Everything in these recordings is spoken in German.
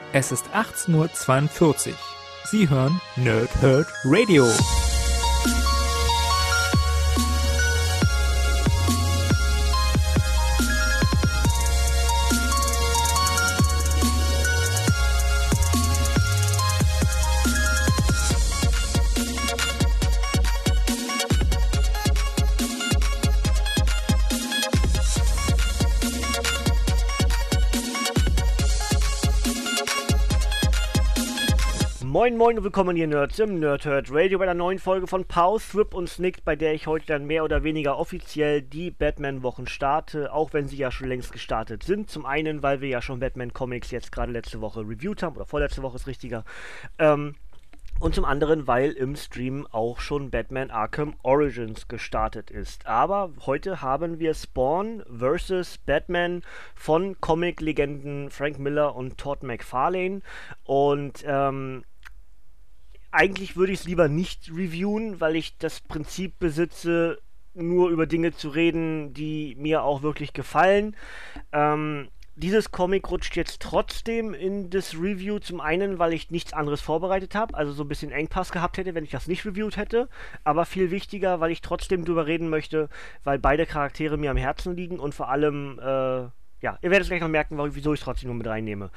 Es ist 18:42 Uhr. Sie hören Nerd Herd Radio. Moin moin und willkommen ihr Nerds im Nerd Herd Radio bei einer neuen Folge von Pause, Thrip und Snicked, bei der ich heute dann mehr oder weniger offiziell die Batman-Wochen starte, auch wenn sie ja schon längst gestartet sind. Zum einen, weil wir ja schon Batman-Comics jetzt gerade letzte Woche reviewed haben, oder vorletzte Woche ist richtiger. Und zum anderen, weil im Stream auch schon Batman Arkham Origins gestartet ist. Aber heute haben wir Spawn vs. Batman von Comic-Legenden Frank Miller und Todd McFarlane. Und eigentlich würde ich es lieber nicht reviewen, weil ich das Prinzip besitze, nur über Dinge zu reden, die mir auch wirklich gefallen. Dieses Comic rutscht jetzt trotzdem in das Review, zum einen, weil ich nichts anderes vorbereitet habe, also so ein bisschen Engpass gehabt hätte, wenn ich das nicht reviewt hätte, aber viel wichtiger, weil ich trotzdem drüber reden möchte, weil beide Charaktere mir am Herzen liegen und vor allem, ihr werdet es gleich noch merken, wieso ich es trotzdem nur mit reinnehme.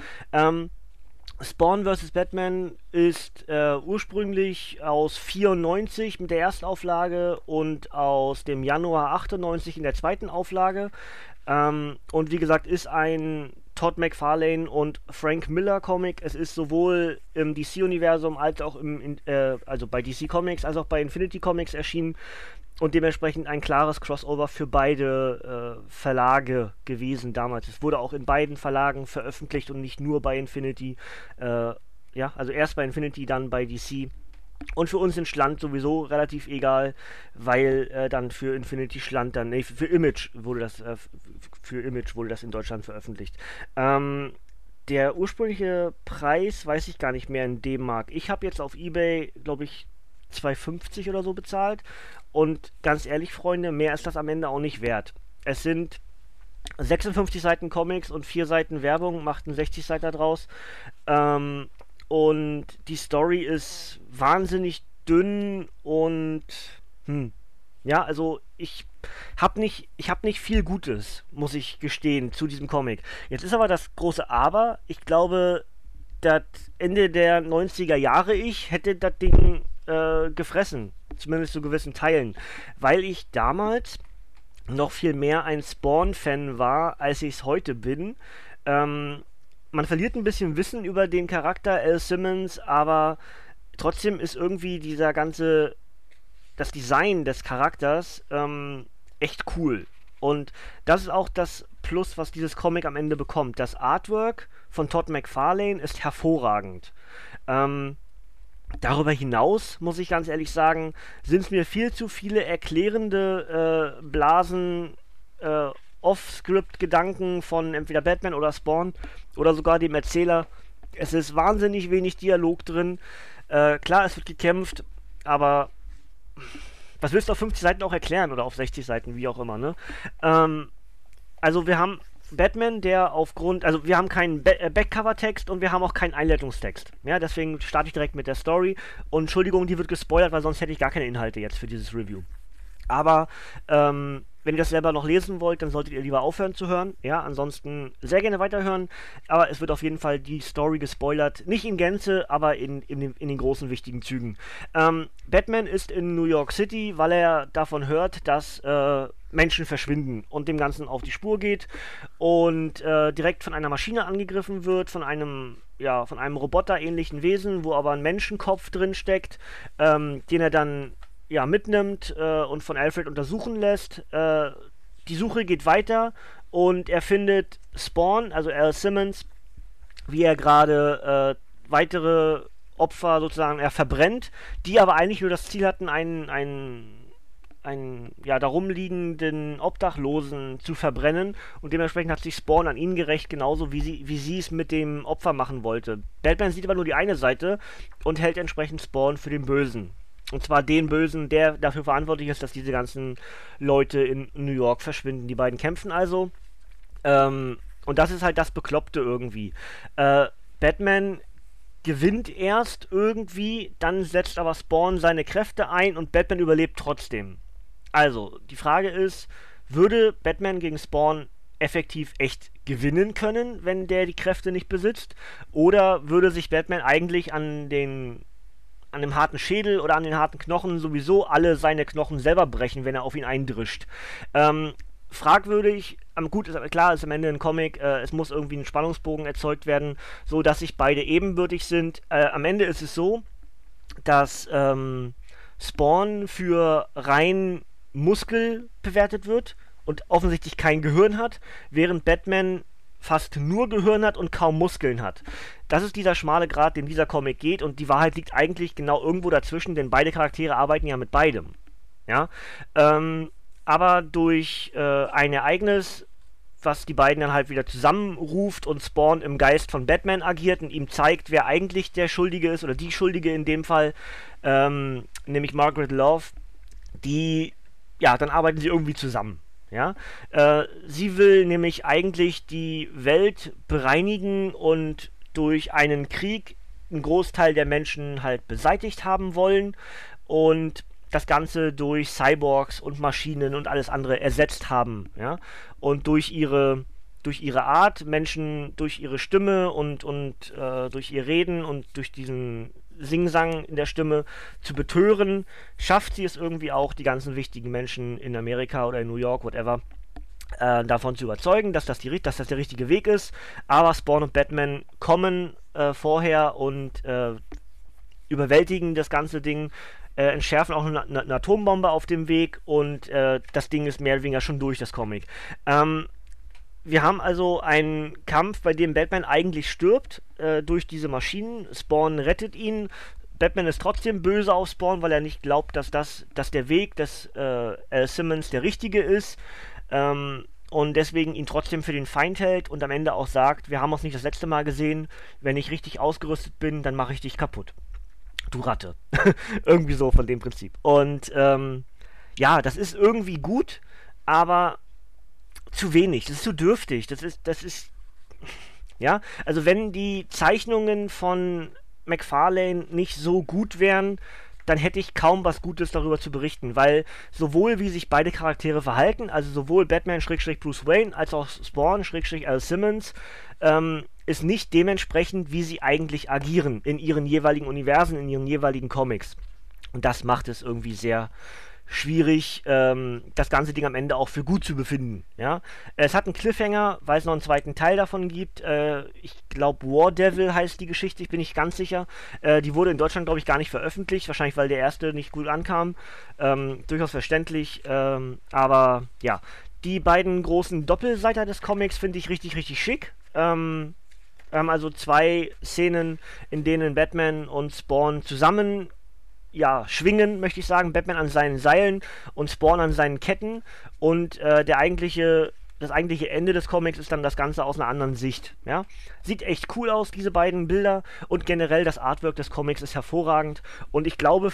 Spawn vs. Batman ist ursprünglich aus 94 mit der ersten Auflage und aus dem Januar 98 in der zweiten Auflage. Und wie gesagt, ist ein Todd McFarlane und Frank Miller Comic. Es ist sowohl im DC-Universum als auch also bei DC Comics als auch bei Infinity Comics erschienen. Und dementsprechend ein klares Crossover für beide Verlage gewesen damals. Es wurde auch in beiden Verlagen veröffentlicht und nicht nur bei Infinity. Also erst bei Infinity, dann bei DC. Und für uns in Schland sowieso relativ egal, weil dann für Infinity Schland dann, für Image wurde das in Deutschland veröffentlicht. Der ursprüngliche Preis weiß ich gar nicht mehr in D-Mark. Ich habe jetzt auf eBay, glaube ich, 2,50 oder so bezahlt. Und ganz ehrlich, Freunde, mehr ist das am Ende auch nicht wert. Es sind 56 Seiten Comics und 4 Seiten Werbung, macht einen 60-Seiter draus. Und die Story ist wahnsinnig dünn und also ich hab nicht viel Gutes, muss ich gestehen, zu diesem Comic. Jetzt ist aber das große Aber, ich glaube, das Ende der 90er Jahre hätte das Ding gefressen, zumindest zu gewissen Teilen, weil ich damals noch viel mehr ein Spawn-Fan war, als ich es heute bin. Man verliert ein bisschen Wissen über den Charakter Al Simmons, aber trotzdem ist irgendwie das Design des Charakters echt cool. Und das ist auch das Plus, was dieses Comic am Ende bekommt. Das Artwork von Todd McFarlane ist hervorragend. Darüber hinaus, muss ich ganz ehrlich sagen, sind es mir viel zu viele erklärende Blasen, Off-Script-Gedanken von entweder Batman oder Spawn oder sogar dem Erzähler. Es ist wahnsinnig wenig Dialog drin. Klar, es wird gekämpft, aber was willst du auf 50 Seiten auch erklären oder auf 60 Seiten, wie auch immer, ne? Also wir haben Batman, wir haben keinen Backcover-Text und wir haben auch keinen Einleitungstext. Ja, deswegen starte ich direkt mit der Story. Und Entschuldigung, die wird gespoilert, weil sonst hätte ich gar keine Inhalte jetzt für dieses Review. Aber, wenn ihr das selber noch lesen wollt, dann solltet ihr lieber aufhören zu hören. Ja, ansonsten sehr gerne weiterhören. Aber es wird auf jeden Fall die Story gespoilert. Nicht in Gänze, aber in den großen, wichtigen Zügen. Batman ist in New York City, weil er davon hört, dass Menschen verschwinden und dem Ganzen auf die Spur geht und direkt von einer Maschine angegriffen wird, von einem Roboter-ähnlichen Wesen, wo aber ein Menschenkopf drin steckt, den er dann mitnimmt und von Alfred untersuchen lässt. Die Suche geht weiter und er findet Spawn, also Al Simmons, wie er gerade weitere Opfer sozusagen verbrennt, die aber eigentlich nur das Ziel hatten, einen darum liegenden Obdachlosen zu verbrennen, und dementsprechend hat sich Spawn an ihnen gerecht, genauso wie sie es mit dem Opfer machen wollte. Batman sieht aber nur die eine Seite und hält entsprechend Spawn für den Bösen. Und zwar den Bösen, der dafür verantwortlich ist, dass diese ganzen Leute in New York verschwinden. Die beiden kämpfen also. Und das ist halt das Bekloppte irgendwie. Batman gewinnt erst irgendwie, dann setzt aber Spawn seine Kräfte ein und Batman überlebt trotzdem. Also, die Frage ist, würde Batman gegen Spawn effektiv echt gewinnen können, wenn der die Kräfte nicht besitzt? Oder würde sich Batman eigentlich an dem harten Schädel oder an den harten Knochen sowieso alle seine Knochen selber brechen, wenn er auf ihn eindrischt? Fragwürdig, gut, klar, ist am Ende ein Comic, es muss irgendwie ein Spannungsbogen erzeugt werden, so dass sich beide ebenbürtig sind. Am Ende ist es so, dass Spawn für rein Muskel bewertet wird und offensichtlich kein Gehirn hat, während Batman fast nur Gehirn hat und kaum Muskeln hat. Das ist dieser schmale Grat, den dieser Comic geht, und die Wahrheit liegt eigentlich genau irgendwo dazwischen, denn beide Charaktere arbeiten ja mit beidem. Ja, aber durch ein Ereignis, was die beiden dann halt wieder zusammenruft und Spawn im Geist von Batman agiert und ihm zeigt, wer eigentlich der Schuldige ist, oder die Schuldige in dem Fall, nämlich Margaret Love, dann arbeiten sie irgendwie zusammen. Ja? Sie will nämlich eigentlich die Welt bereinigen und durch einen Krieg einen Großteil der Menschen halt beseitigt haben wollen und das Ganze durch Cyborgs und Maschinen und alles andere ersetzt haben, ja, und durch ihre Art, Menschen durch ihre Stimme und durch ihr Reden und durch diesen Singsang in der Stimme zu betören, schafft sie es irgendwie auch, die ganzen wichtigen Menschen in Amerika oder in New York, whatever, davon zu überzeugen, dass das der richtige Weg ist, aber Spawn und Batman kommen vorher und überwältigen das ganze Ding, entschärfen auch eine Atombombe auf dem Weg und das Ding ist mehr oder weniger schon durch, das Comic. Wir haben also einen Kampf, bei dem Batman eigentlich stirbt durch diese Maschinen. Spawn rettet ihn. Batman ist trotzdem böse auf Spawn, weil er nicht glaubt, dass der Weg des Al Simmons der richtige ist. Und deswegen ihn trotzdem für den Feind hält und am Ende auch sagt, wir haben uns nicht das letzte Mal gesehen, wenn ich richtig ausgerüstet bin, dann mache ich dich kaputt. Du Ratte. Irgendwie so von dem Prinzip. Und das ist irgendwie gut, aber zu wenig. Das ist zu dürftig. Das ist ja, also wenn die Zeichnungen von McFarlane nicht so gut wären, dann hätte ich kaum was Gutes darüber zu berichten, weil sowohl wie sich beide Charaktere verhalten, also sowohl Batman-Bruce Wayne als auch Spawn-Al Simmons, ist nicht dementsprechend, wie sie eigentlich agieren in ihren jeweiligen Universen, in ihren jeweiligen Comics. Und das macht es irgendwie sehr schwierig, das ganze Ding am Ende auch für gut zu befinden. Ja? Es hat einen Cliffhanger, weil es noch einen zweiten Teil davon gibt. Ich glaube, War Devil heißt die Geschichte, ich bin nicht ganz sicher. Die wurde in Deutschland, glaube ich, gar nicht veröffentlicht, wahrscheinlich, weil der erste nicht gut ankam. Durchaus verständlich, aber ja. Die beiden großen Doppelseiter des Comics finde ich richtig, richtig schick. Wir haben also zwei Szenen, in denen Batman und Spawn zusammen schwingen, möchte ich sagen. Batman an seinen Seilen und Spawn an seinen Ketten. Und das eigentliche Ende des Comics ist dann das Ganze aus einer anderen Sicht. Ja? Sieht echt cool aus, diese beiden Bilder. Und generell das Artwork des Comics ist hervorragend. Und ich glaube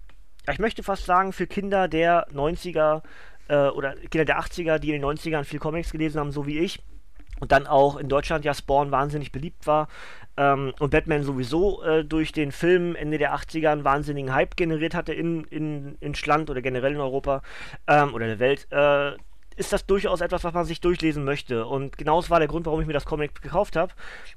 ich möchte fast sagen, für Kinder der 90er oder Kinder der 80er, die in den 90ern viel Comics gelesen haben, so wie ich, und dann auch in Deutschland Spawn wahnsinnig beliebt war, und Batman sowieso durch den Film Ende der 80er einen wahnsinnigen Hype generiert hatte in Land oder generell in Europa oder der Welt, ist das durchaus etwas, was man sich durchlesen möchte. Und genau das war der Grund, warum ich mir das Comic gekauft habe.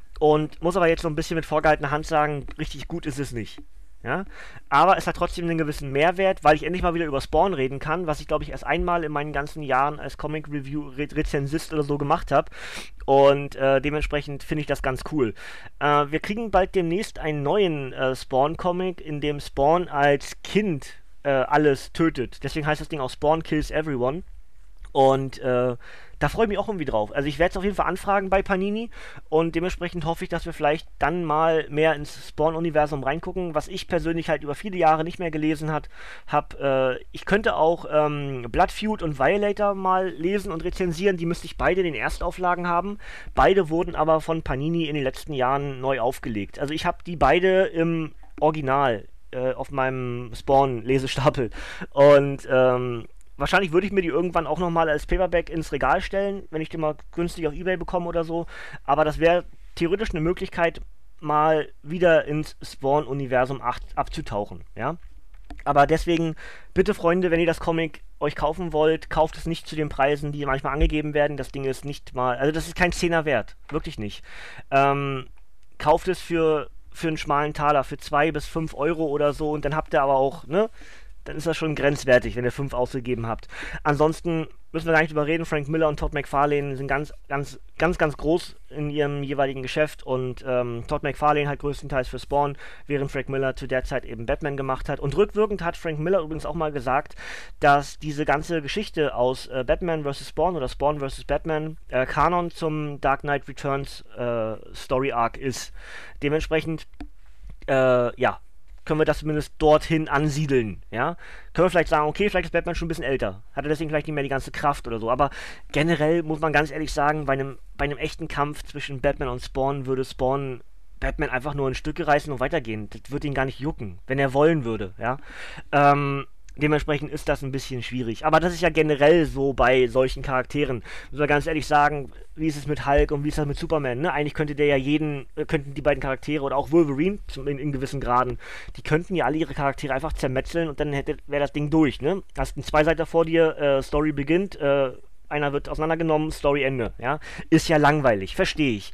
Und muss aber jetzt so ein bisschen mit vorgehaltener Hand sagen, richtig gut ist es nicht. Ja? Aber es hat trotzdem einen gewissen Mehrwert, weil ich endlich mal wieder über Spawn reden kann, was ich, glaube ich, erst einmal in meinen ganzen Jahren als Comic-Review-Rezensist oder so gemacht habe. Und dementsprechend finde ich das ganz cool. Wir kriegen bald demnächst einen neuen Spawn-Comic, in dem Spawn als Kind alles tötet. Deswegen heißt das Ding auch Spawn Kills Everyone. Und da freue ich mich auch irgendwie drauf. Also ich werde es auf jeden Fall anfragen bei Panini und dementsprechend hoffe ich, dass wir vielleicht dann mal mehr ins Spawn-Universum reingucken, was ich persönlich halt über viele Jahre nicht mehr gelesen habe. Ich könnte auch Blood Feud und Violator mal lesen und rezensieren. Die müsste ich beide in den Erstauflagen haben. Beide wurden aber von Panini in den letzten Jahren neu aufgelegt. Also ich habe die beide im Original auf meinem Spawn-Lesestapel. Und wahrscheinlich würde ich mir die irgendwann auch nochmal als Paperback ins Regal stellen, wenn ich die mal günstig auf eBay bekomme oder so. Aber das wäre theoretisch eine Möglichkeit, mal wieder ins Spawn-Universum abzutauchen, ja. Aber deswegen, bitte Freunde, wenn ihr das Comic euch kaufen wollt, kauft es nicht zu den Preisen, die manchmal angegeben werden. Das Ding ist nicht mal, also das ist kein Zehner wert, wirklich nicht. Kauft es für einen schmalen Taler, für 2 bis 5 Euro oder so, und dann habt ihr aber auch, ne, dann ist das schon grenzwertig, wenn ihr 5 ausgegeben habt. Ansonsten müssen wir gar nicht drüber reden. Frank Miller und Todd McFarlane sind ganz groß in ihrem jeweiligen Geschäft, und Todd McFarlane halt größtenteils für Spawn, während Frank Miller zu der Zeit eben Batman gemacht hat. Und rückwirkend hat Frank Miller übrigens auch mal gesagt, dass diese ganze Geschichte aus Batman vs. Spawn oder Spawn vs. Batman Kanon zum Dark Knight Returns Story Arc ist. Dementsprechend, ja, können wir das zumindest dorthin ansiedeln, ja. Können wir vielleicht sagen, okay, vielleicht ist Batman schon ein bisschen älter, hat er deswegen vielleicht nicht mehr die ganze Kraft oder so, aber generell muss man ganz ehrlich sagen, bei einem echten Kampf zwischen Batman und Spawn würde Spawn Batman einfach nur in Stücke reißen und weitergehen. Das würde ihn gar nicht jucken, wenn er wollen würde, ja. Dementsprechend ist das ein bisschen schwierig. Aber das ist ja generell so bei solchen Charakteren. Muss man ganz ehrlich sagen, wie ist es mit Hulk und wie ist das mit Superman, ne? Eigentlich könnte der ja könnten die beiden Charaktere oder auch Wolverine in gewissen Graden, die könnten ja alle ihre Charaktere einfach zermetzeln und dann wäre das Ding durch, ne? Hast einen Zweiseiter vor dir, Story beginnt, einer wird auseinandergenommen, Story Ende, ja? Ist ja langweilig, verstehe ich.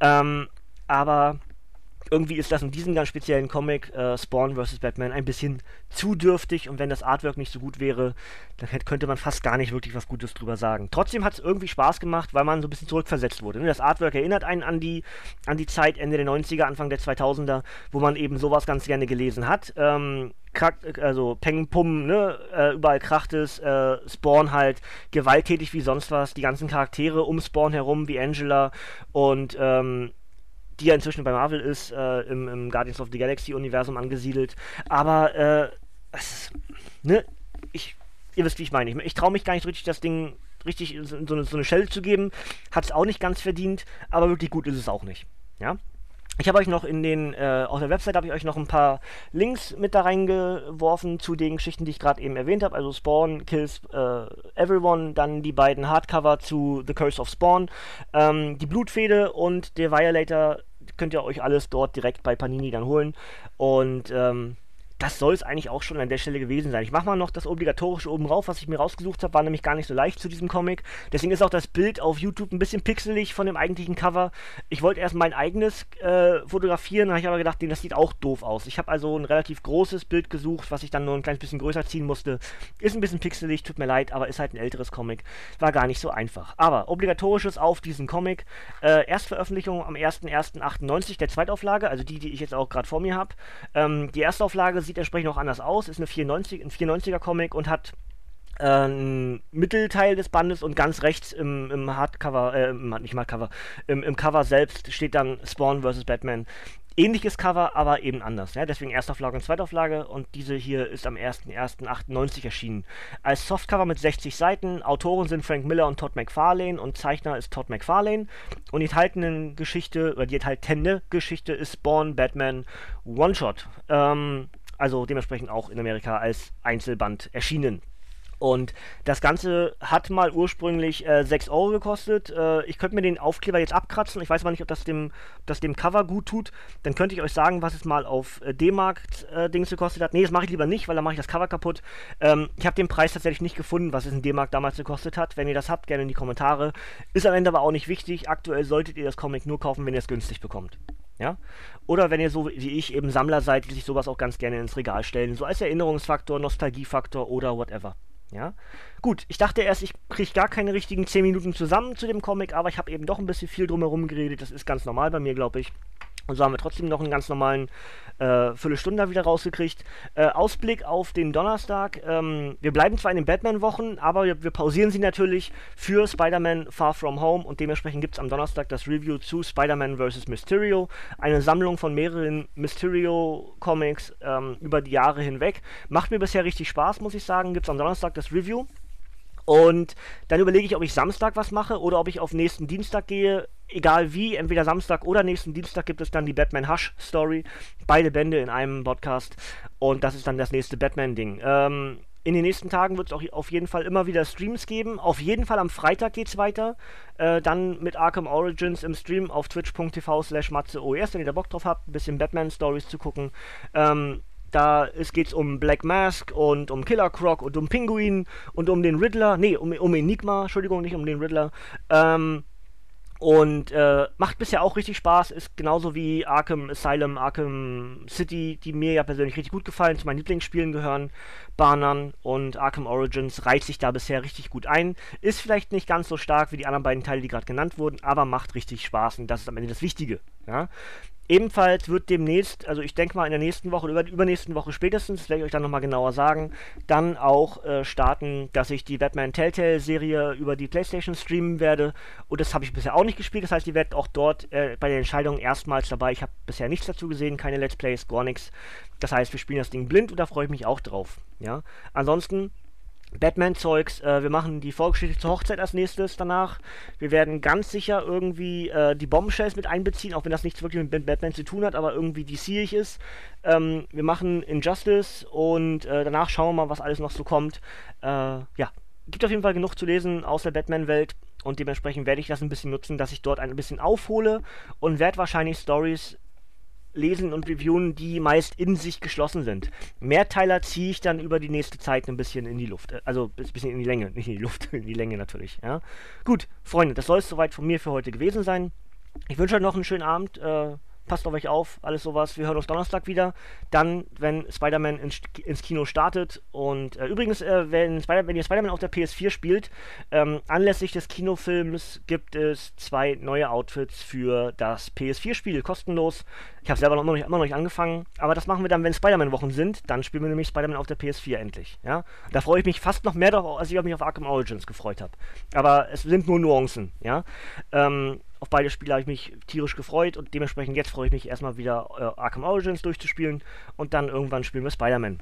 Aber irgendwie ist das in diesem ganz speziellen Comic, Spawn vs. Batman, ein bisschen zu dürftig, und wenn das Artwork nicht so gut wäre, dann könnte man fast gar nicht wirklich was Gutes drüber sagen. Trotzdem hat es irgendwie Spaß gemacht, weil man so ein bisschen zurückversetzt wurde. Das Artwork erinnert einen an die Zeit Ende der 90er, Anfang der 2000er, wo man eben sowas ganz gerne gelesen hat. Also Peng Pum, ne, überall kracht es, Spawn halt gewalttätig wie sonst was, die ganzen Charaktere um Spawn herum, wie Angela und die ja inzwischen bei Marvel ist, im Guardians of the Galaxy-Universum angesiedelt. Aber, ne, ihr wisst, wie ich meine. Ich traue mich gar nicht richtig, das Ding richtig in so eine Schelle zu geben. Hat es auch nicht ganz verdient, aber wirklich gut ist es auch nicht. Ja? Ich habe euch noch auf der Website habe ich euch noch ein paar Links mit da reingeworfen zu den Geschichten, die ich gerade eben erwähnt habe. Also Spawn Kills Everyone, dann die beiden Hardcover zu The Curse of Spawn, die Blutfehde und der Violator, könnt ihr euch alles dort direkt bei Panini dann holen. Und das soll es eigentlich auch schon an der Stelle gewesen sein. Ich mache mal noch das Obligatorische oben rauf, was ich mir rausgesucht habe, war nämlich gar nicht so leicht zu diesem Comic. Deswegen ist auch das Bild auf YouTube ein bisschen pixelig von dem eigentlichen Cover. Ich wollte erst mein eigenes fotografieren, dann habe ich aber gedacht, das sieht auch doof aus. Ich habe also ein relativ großes Bild gesucht, was ich dann nur ein kleines bisschen größer ziehen musste. Ist ein bisschen pixelig, tut mir leid, aber ist halt ein älteres Comic. War gar nicht so einfach. Aber Obligatorisches auf diesen Comic. Erstveröffentlichung am 01.01.98 der Zweitauflage, also die ich jetzt auch gerade vor mir habe. Die Erstauflage sieht entsprechend auch anders aus, ist ein 94er Comic und hat einen Mittelteil des Bandes, und ganz rechts im Hardcover, im Cover selbst steht dann Spawn vs. Batman. Ähnliches Cover, aber eben anders. Ja? Deswegen Erstauflage und Zweitauflage, und diese hier ist am 01.01.98 erschienen. Als Softcover mit 60 Seiten. Autoren sind Frank Miller und Todd McFarlane und Zeichner ist Todd McFarlane. Und die enthaltene Geschichte ist Spawn Batman One-Shot. Also dementsprechend auch in Amerika als Einzelband erschienen. Und das Ganze hat mal ursprünglich 6 Euro gekostet. Ich könnte mir den Aufkleber jetzt abkratzen. Ich weiß mal nicht, ob das dem Cover gut tut. Dann könnte ich euch sagen, was es mal auf D-Mark Dings gekostet hat. Nee, das mache ich lieber nicht, weil dann mache ich das Cover kaputt. Ich habe den Preis tatsächlich nicht gefunden, was es in D-Mark damals gekostet hat. Wenn ihr das habt, gerne in die Kommentare. Ist am Ende aber auch nicht wichtig. Aktuell solltet ihr das Comic nur kaufen, wenn ihr es günstig bekommt. Ja? Oder wenn ihr so wie ich eben Sammler seid, die sich sowas auch ganz gerne ins Regal stellen. So als Erinnerungsfaktor, Nostalgiefaktor oder whatever. Ja, gut, ich dachte erst, ich kriege gar keine richtigen 10 Minuten zusammen zu dem Comic, aber ich habe eben doch ein bisschen viel drumherum geredet, das ist ganz normal bei mir, glaube ich. Und so haben wir trotzdem noch einen ganz normalen Viertelstunde wieder rausgekriegt. Ausblick auf den Donnerstag. Wir bleiben zwar in den Batman-Wochen, aber wir pausieren sie natürlich für Spider-Man Far From Home, und dementsprechend gibt es am Donnerstag das Review zu Spider-Man vs. Mysterio. Eine Sammlung von mehreren Mysterio-Comics über die Jahre hinweg. Macht mir bisher richtig Spaß, muss ich sagen. Gibt es am Donnerstag das Review. Und dann überlege ich, ob ich Samstag was mache oder ob ich auf nächsten Dienstag gehe. Egal wie, entweder Samstag oder nächsten Dienstag gibt es dann die Batman Hush Story. Beide Bände in einem Podcast. Und das ist dann das nächste Batman-Ding. In den nächsten Tagen wird es auch auf jeden Fall immer wieder Streams geben. Auf jeden Fall am Freitag geht es weiter. Dann mit Arkham Origins im Stream auf twitch.tv/matzeOS, wenn ihr da Bock drauf habt, ein bisschen Batman-Stories zu gucken. Da geht es um Black Mask und um Killer Croc und um Pinguin und um den Riddler. Nee, um Enigma, Entschuldigung, nicht um den Riddler. Macht bisher auch richtig Spaß, ist genauso wie Arkham Asylum, Arkham City, die mir ja persönlich richtig gut gefallen, zu meinen Lieblingsspielen gehören, Banan, und Arkham Origins reiht sich da bisher richtig gut ein. Ist vielleicht nicht ganz so stark wie die anderen beiden Teile, die gerade genannt wurden, aber macht richtig Spaß und das ist am Ende das Wichtige. Ja? Ebenfalls wird demnächst, also ich denke mal in der nächsten Woche oder übernächsten Woche spätestens, das werde ich euch dann nochmal genauer sagen, dann auch starten, dass ich die Batman Telltale-Serie über die PlayStation streamen werde. Und das habe ich bisher auch nicht gespielt, das heißt, ihr werdet auch dort bei der Entscheidung erstmals dabei. Ich habe bisher nichts dazu gesehen, keine Let's Plays, gar nichts. Das heißt, wir spielen das Ding blind und da freue ich mich auch drauf. Ja? Ansonsten Batman-Zeugs, wir machen die Vorgeschichte zur Hochzeit als nächstes danach. Wir werden ganz sicher irgendwie die Bombshells mit einbeziehen, auch wenn das nichts wirklich mit Batman zu tun hat, aber irgendwie DC-ig ist. Wir machen Injustice und danach schauen wir mal, was alles noch so kommt. Ja, gibt auf jeden Fall genug zu lesen aus der Batman-Welt und dementsprechend werde ich das ein bisschen nutzen, dass ich dort ein bisschen aufhole und werde wahrscheinlich Stories lesen und reviewen, die meist in sich geschlossen sind. Mehrteiler ziehe ich dann über die nächste Zeit ein bisschen in die Luft. Also ein bisschen in die Länge, nicht in die Luft, in die Länge natürlich. Ja. Gut, Freunde, das soll es soweit von mir für heute gewesen sein. Ich wünsche euch noch einen schönen Abend. Passt auf euch auf, alles sowas. Wir hören uns Donnerstag wieder. Dann, wenn Spider-Man ins Kino startet. Und übrigens, wenn ihr Spider-Man auf der PS4 spielt, anlässlich des Kinofilms gibt es 2 neue Outfits für das PS4-Spiel, kostenlos. Ich habe selber immer noch nicht angefangen, aber das machen wir dann, wenn Spider-Man-Wochen sind. Dann spielen wir nämlich Spider-Man auf der PS4 endlich. Ja? Da freue ich mich fast noch mehr drauf, als ich mich auf Arkham Origins gefreut habe. Aber es sind nur Nuancen. Ja? Auf beide Spiele habe ich mich tierisch gefreut und dementsprechend jetzt freue ich mich erstmal wieder Arkham Origins durchzuspielen und dann irgendwann spielen wir Spider-Man.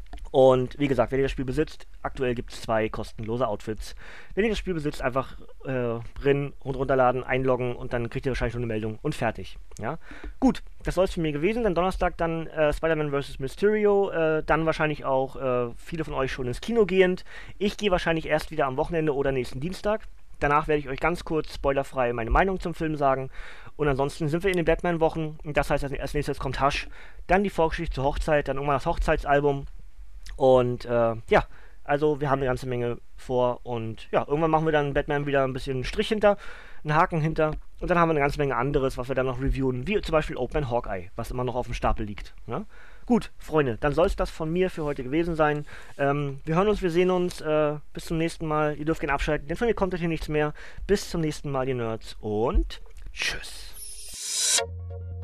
Und wie gesagt, wenn ihr das Spiel besitzt, aktuell gibt es 2 kostenlose Outfits. Wenn ihr das Spiel besitzt, einfach drin und runterladen, einloggen und dann kriegt ihr wahrscheinlich schon eine Meldung und fertig. Ja? Gut, das soll es für mich gewesen. Dann Donnerstag dann Spider-Man vs. Mysterio, dann wahrscheinlich auch viele von euch schon ins Kino gehend. Ich gehe wahrscheinlich erst wieder am Wochenende oder nächsten Dienstag. Danach werde ich euch ganz kurz spoilerfrei meine Meinung zum Film sagen. Und ansonsten sind wir in den Batman-Wochen. Und das heißt, als nächstes kommt Hush. Dann die Vorgeschichte zur Hochzeit. Dann irgendwann das Hochzeitsalbum. Und ja, also wir haben eine ganze Menge vor. Und ja, irgendwann machen wir dann Batman wieder ein bisschen einen Strich hinter, einen Haken hinter. Und dann haben wir eine ganze Menge anderes, was wir dann noch reviewen. Wie zum Beispiel Open Hawkeye, was immer noch auf dem Stapel liegt. Ja? Gut, Freunde, dann soll es das von mir für heute gewesen sein. Wir hören uns, wir sehen uns. Bis zum nächsten Mal. Ihr dürft gerne abschalten, denn von mir kommt hier nichts mehr. Bis zum nächsten Mal, ihr Nerds. Und tschüss.